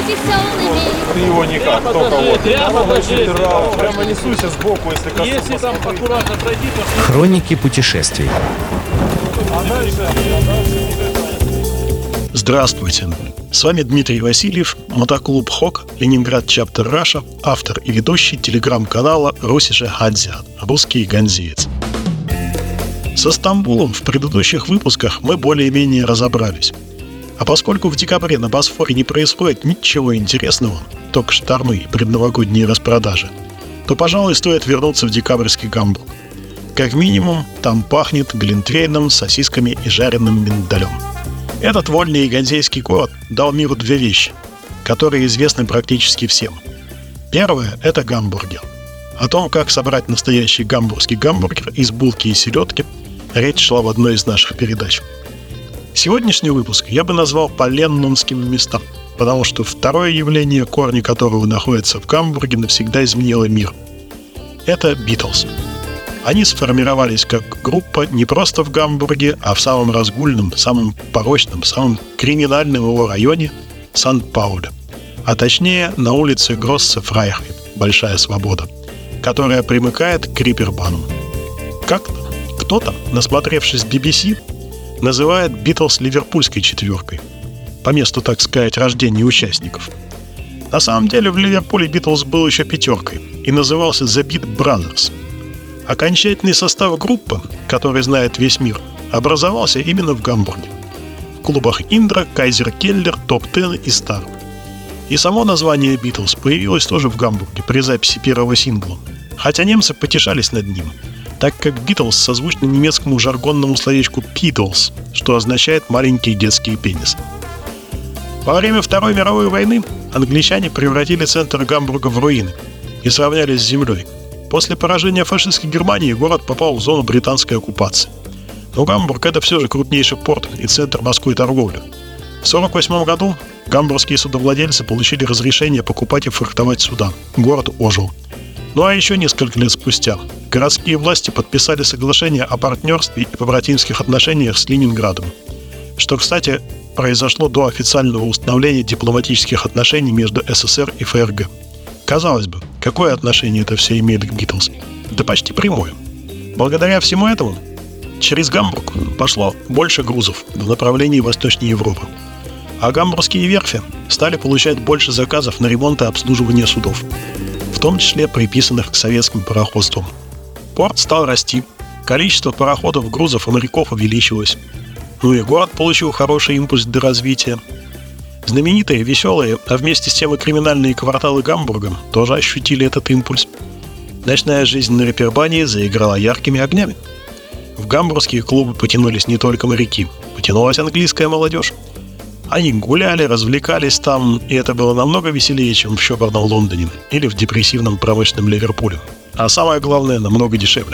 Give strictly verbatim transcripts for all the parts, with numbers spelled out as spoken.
веселыми. Ты его никак, Прямо только даже, вот. прямо даже, Прямо, прямо несуйся сбоку, если коснусь. Если там аккуратно пройти, то... Хроники путешествий. А дальше, а дальше... Здравствуйте! С вами Дмитрий Васильев, мотоклуб «Хок», Ленинград Чаптер Раша, автор и ведущий телеграм-канала «Русише Гадзиат» — «Русский ганзиец». Со Стамбулом в предыдущих выпусках мы более-менее разобрались. А поскольку в декабре на Босфоре не происходит ничего интересного, только штормы и предновогодние распродажи, то, пожалуй, стоит вернуться в декабрьский Гамбург. Как минимум, там пахнет глинтвейном, сосисками и жареным миндалем. Этот вольный ганзейский город дал миру две вещи, которые известны практически всем. Первое – это гамбургер. О том, как собрать настоящий гамбургский гамбургер из булки и селедки, речь шла в одной из наших передач. Сегодняшний выпуск я бы назвал по-леннонским местам, потому что второе явление, корни которого находятся в Гамбурге, навсегда изменило мир. Это Битлз. Они сформировались как группа не просто в Гамбурге, а в самом разгульном, самом порочном, самом криминальном его районе Сан-Паулю. А точнее, на улице Гроссе-Фрайхайт, Большая Свобода, которая примыкает к Риппербану. Как-то кто-то, насмотревшись би би си, называет Битлз ливерпульской четверкой, по месту, так сказать, рождения участников. На самом деле в Ливерпуле Битлз был еще пятеркой и назывался The Beat Brothers. Окончательный состав группы, который знает весь мир, образовался именно в Гамбурге. В клубах Индра, Кайзер Келлер, Топ десять и Стар. И само название Битлз появилось тоже в Гамбурге при записи первого сингла, хотя немцы потешались над ним, так как Битлз созвучно немецкому жаргонному словечку «Beatles», что означает «маленькие детские пенисы». Во время Второй мировой войны англичане превратили центр Гамбурга в руины и сравняли с землей. После поражения фашистской Германии город попал в зону британской оккупации. Но Гамбург — это все же крупнейший порт и центр морской торговли. В тысяча девятьсот сорок восьмом году гамбургские судовладельцы получили разрешение покупать и фрахтовать суда. Город ожил. Ну а еще несколько лет спустя городские власти подписали соглашение о партнерстве и побратимских отношениях с Ленинградом, что, кстати, произошло до официального установления дипломатических отношений между эс эс эр и эф эр гэ. Казалось бы, какое отношение это все имеет к Битлз? Да почти прямое. Благодаря всему этому через Гамбург пошло больше грузов в направлении Восточной Европы, а гамбургские верфи стали получать больше заказов на ремонт и обслуживание судов, в том числе приписанных к советским пароходствам. Порт стал расти, количество пароходов, грузов и моряков увеличилось. Ну и город получил хороший импульс для развития. Знаменитые, веселые, а вместе с тем и криминальные кварталы Гамбурга тоже ощутили этот импульс. Ночная жизнь на Риппербане заиграла яркими огнями. В гамбургские клубы потянулись не только моряки, потянулась английская молодежь. Они гуляли, развлекались там, и это было намного веселее, чем в щеборном Лондоне или в депрессивном промышленном Ливерпуле. А самое главное, намного дешевле.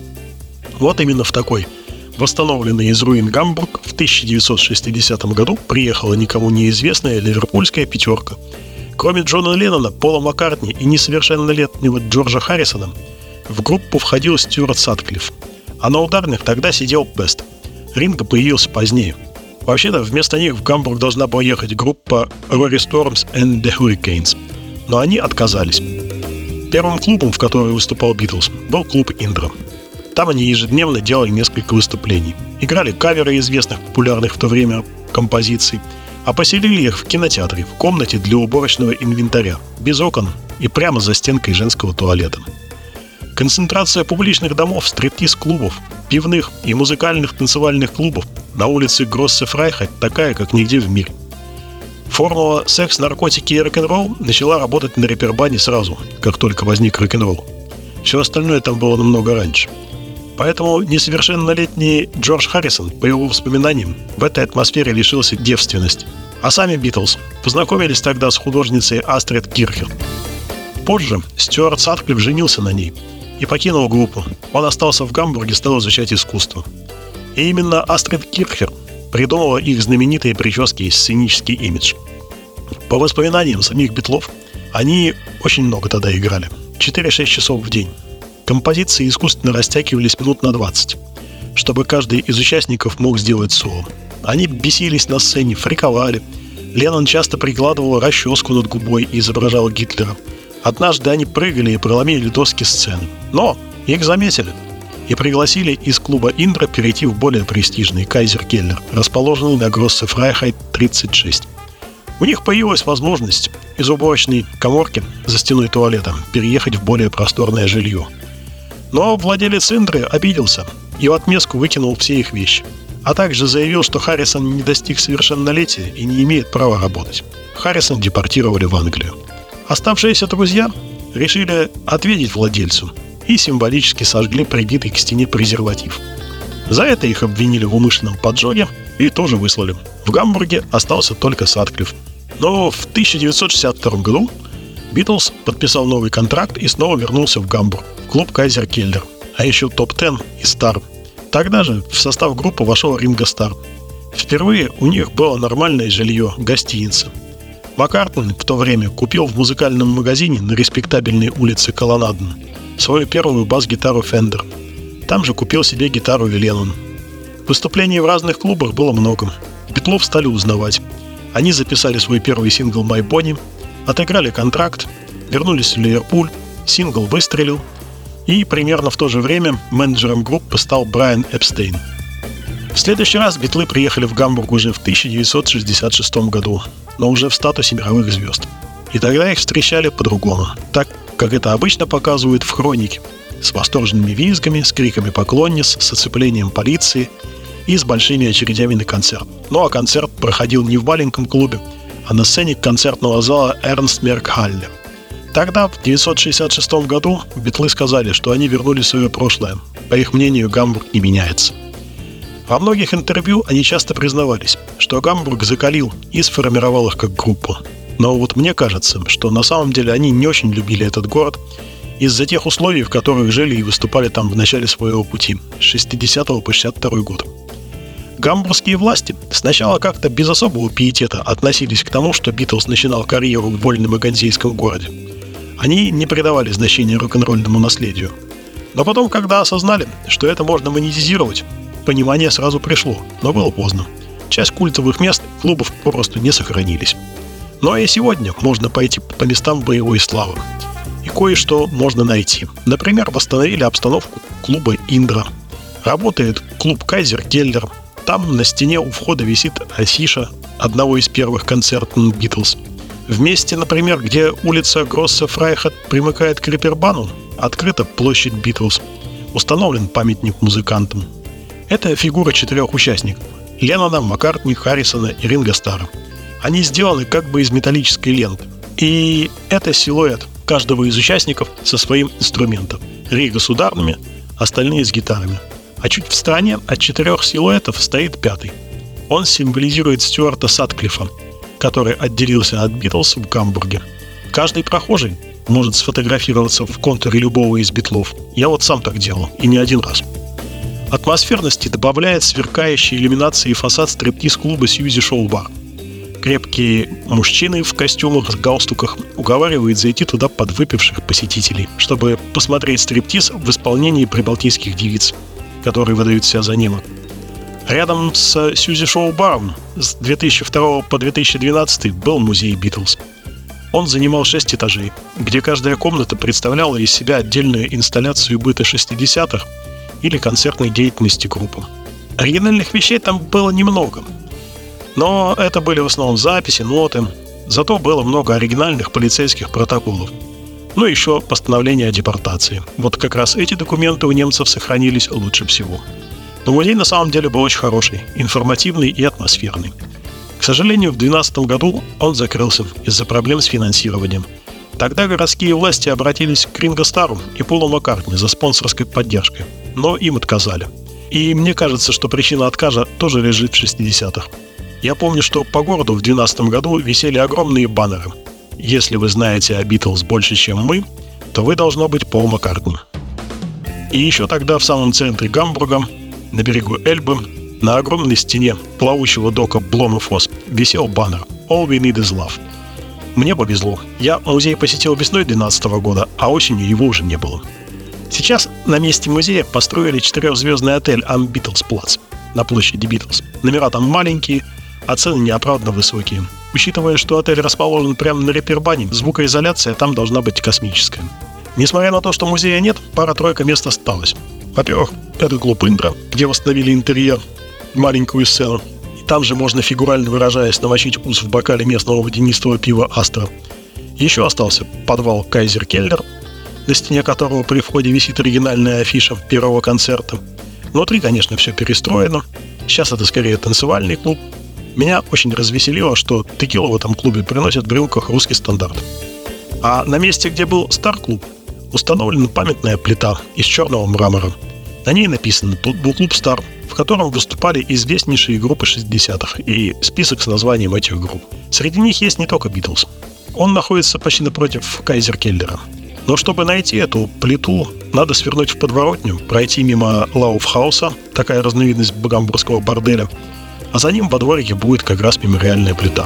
Вот именно в такой восстановленный из руин Гамбург в тысяча девятьсот шестидесятом году приехала никому неизвестная ливерпульская пятерка. Кроме Джона Леннона, Пола Маккартни и несовершеннолетнего Джорджа Харрисона, в группу входил Стюарт Сатклифф, а на ударных тогда сидел Бест. Ринго появился позднее. Вообще-то вместо них в Гамбург должна была ехать группа Rory Storms and the Hurricanes, но они отказались. Первым клубом, в который выступал Битлз, был клуб Индра. Там они ежедневно делали несколько выступлений, играли каверы известных популярных в то время композиций, а поселили их в кинотеатре, в комнате для уборочного инвентаря, без окон и прямо за стенкой женского туалета. Концентрация публичных домов, стриптиз-клубов, пивных и музыкальных танцевальных клубов на улице Гроссе-Фрайхайт такая, как нигде в мире. Формула «секс, наркотики и рок-н-ролл» начала работать на Риппербане сразу, как только возник рок-н-ролл. Все остальное там было намного раньше. Поэтому несовершеннолетний Джордж Харрисон, по его воспоминаниям, в этой атмосфере лишился девственности. А сами Битлз познакомились тогда с художницей Астрид Кирхер. Позже Стюарт Сатклифф женился на ней и покинул группу. Он остался в Гамбурге и стал изучать искусство. И именно Астрид Кирхер придумала их знаменитые прически и сценический имидж. По воспоминаниям самих Битлов, они очень много тогда играли. четыре-шесть часов в день. Композиции искусственно растягивались минут на двадцать, чтобы каждый из участников мог сделать соло. Они бесились на сцене, фриковали, Леннон часто прикладывал расческу над губой и изображал Гитлера. Однажды они прыгали и проломили доски сцены. Но их заметили и пригласили из клуба Индра перейти в более престижный Кайзер-Келлер, расположенный на Гроссе Фрайхайт тридцать шесть. У них появилась возможность из уборочной каморки за стеной туалета переехать в более просторное жилье. Но владелец Индры обиделся и в отместку выкинул все их вещи, а также заявил, что Харрисон не достиг совершеннолетия и не имеет права работать. Харрисон депортировали в Англию. Оставшиеся друзья решили ответить владельцу и символически сожгли прибитый к стене презерватив. За это их обвинили в умышленном поджоге и тоже выслали. В Гамбурге остался только Сатклифф. Но в тысяча девятьсот шестьдесят втором году Битлз подписал новый контракт и снова вернулся в Гамбург, в клуб Кайзер-Келлер, а еще топ десять и Стар. Тогда же в состав группы вошел Ринго Стар. Впервые у них было нормальное жилье, гостиница. Маккартни в то время купил в музыкальном магазине на респектабельной улице Колоннаден свою первую бас-гитару Fender. Там же купил себе гитару и Леннон. Выступлений в разных клубах было много. Битлов стали узнавать. Они записали свой первый сингл «My Bonnie», отыграли контракт, вернулись в Ливерпуль, сингл выстрелил, и примерно в то же время менеджером группы стал Брайан Эпстейн. В следующий раз Битлы приехали в Гамбург уже в тысяча девятьсот шестьдесят шестом году, но уже в статусе мировых звезд. И тогда их встречали по-другому, так как это обычно показывают в хронике, с восторженными визгами, с криками поклонниц, с оцеплением полиции и с большими очередями на концерт. Ну а концерт проходил не в маленьком клубе, а на сцене концертного зала Эрнст-Мерк-Халле. Тогда, в девятьсот шестьдесят шестом году, Битлы сказали, что они вернули свое прошлое. По их мнению, Гамбург не меняется. Во многих интервью они часто признавались, что Гамбург закалил и сформировал их как группу. Но вот мне кажется, что на самом деле они не очень любили этот город из-за тех условий, в которых жили и выступали там в начале своего пути, с шестидесятого по шестьдесят второй год. Гамбургские власти сначала как-то без особого пиетета относились к тому, что Битлз начинал карьеру в вольном и ганзейском городе. Они не придавали значения рок-н-ролльному наследию. Но потом, когда осознали, что это можно монетизировать, понимание сразу пришло, но было поздно. Часть культовых мест клубов попросту не сохранились. Но и сегодня можно пойти по местам боевой славы. И кое-что можно найти. Например, восстановили обстановку клуба Индра. Работает клуб Кайзер-Келлер. Там на стене у входа висит афиша одного из первых концертов Битлз. В месте, например, где улица Гроссе Фрайхайт примыкает к Риппербану, открыта площадь Битлз. Установлен памятник музыкантам. Это фигура четырех участников: Леннона, Маккартни, Харрисона и Ринго Стара. Они сделаны как бы из металлической ленты. И это силуэт каждого из участников со своим инструментом. Ринго с ударными, остальные с гитарами. А чуть в стороне от четырех силуэтов стоит пятый. Он символизирует Стюарта Сатклиффа, который отделился от Битлз в Гамбурге. Каждый прохожий может сфотографироваться в контуре любого из Битлов. Я вот сам так делал, и не один раз. Атмосферности добавляет сверкающий иллюминацией фасад стриптиз-клуба Сьюзи Шоу Бар. Крепкие мужчины в костюмах с галстуках уговаривают зайти туда подвыпивших посетителей, чтобы посмотреть стриптиз в исполнении прибалтийских девиц, которые выдают себя за немок. Рядом с Сьюзи Шоу Баром с две тысячи второго по две тысячи двенадцатый был музей Битлз. Он занимал шесть этажей, где каждая комната представляла из себя отдельную инсталляцию быта шестидесятых или концертной деятельности группы. Оригинальных вещей там было немного, но это были в основном записи, ноты. Зато было много оригинальных полицейских протоколов. Ну и еще постановление о депортации. Вот как раз эти документы у немцев сохранились лучше всего. Но музей на самом деле был очень хороший, информативный и атмосферный. К сожалению, в две тысячи двенадцатом году он закрылся из-за проблем с финансированием. Тогда городские власти обратились к Ринго Стару и Полу Маккартни за спонсорской поддержкой, но им отказали. И мне кажется, что причина отказа тоже лежит в шестидесятых. Я помню, что по городу в две тысячи двенадцатом году висели огромные баннеры. Если вы знаете о Битлз больше, чем мы, то вы должно быть Пол Маккартни. И еще тогда в самом центре Гамбурга, на берегу Эльбы, на огромной стене плавучего дока Бломмефосс висел баннер «All we need is love». Мне повезло. Я музей посетил весной две тысячи двенадцатого года, а осенью его уже не было. Сейчас на месте музея построили четырехзвездный отель Am Beatles Platz на площади Битлз. Номера там маленькие, а цены неоправданно высокие. Учитывая, что отель расположен прямо на репербане, звукоизоляция там должна быть космическая. Несмотря на то, что музея нет, пара-тройка мест осталось. Во-первых, это клуб «Индра», где восстановили интерьер, маленькую сцену. И там же можно, фигурально выражаясь, намочить ус в бокале местного водянистого пива «Астра». Еще остался подвал «Кайзер Келлер», на стене которого при входе висит оригинальная афиша первого концерта. Внутри, конечно, все перестроено. Сейчас это скорее танцевальный клуб. Меня очень развеселило, что текилу в этом клубе приносят в рюмках русский стандарт. А на месте, где был Стар-клуб, установлена памятная плита из черного мрамора. На ней написано «Тут был клуб Стар», в котором выступали известнейшие группы шестидесятых, и список с названием этих групп. Среди них есть не только Битлз. Он находится почти напротив Кайзер Келлера. Но чтобы найти эту плиту, надо свернуть в подворотню, пройти мимо Лауфхауса, такая разновидность гамбургского борделя, а за ним во дворике будет как раз мемориальная плита.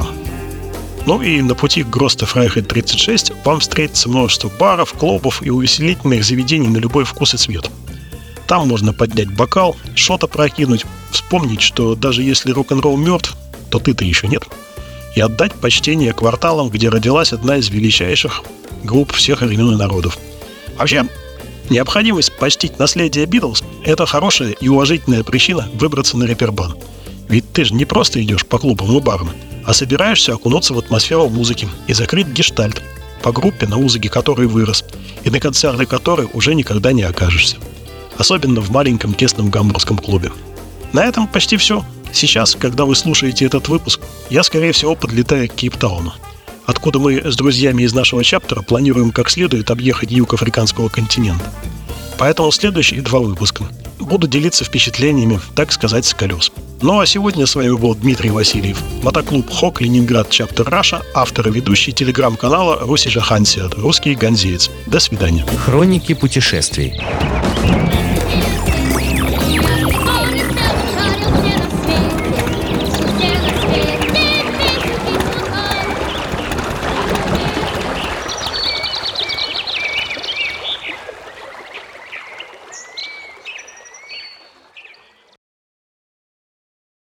Ну и на пути к Гросте Фрайхейт тридцать шесть вам встретится множество баров, клубов и увеселительных заведений на любой вкус и цвет. Там можно поднять бокал, шота прокинуть, вспомнить, что даже если рок-н-ролл мертв, то ты-то еще нет, и отдать почтение кварталам, где родилась одна из величайших групп всех времен и народов. Вообще, необходимость почтить наследие Битлз – это хорошая и уважительная причина выбраться на репербан. Ведь ты же не просто идешь по клубам и барам, а собираешься окунуться в атмосферу музыки и закрыть гештальт по группе, на музыке которой вырос, и на концерты которой уже никогда не окажешься. Особенно в маленьком тесном гамбургском клубе. На этом почти все. Сейчас, когда вы слушаете этот выпуск, я, скорее всего, подлетаю к Кейптауну, откуда мы с друзьями из нашего чаптера планируем как следует объехать юг африканского континента. Поэтому следующие два выпуска буду делиться впечатлениями, так сказать, с колес. Ну а сегодня с вами был Дмитрий Васильев, мотоклуб «Хок», Ленинград, чаптер Раша, автор и ведущий телеграм-канала «Русиже Хансиат», русский ганзиец. До свидания. Хроники путешествий.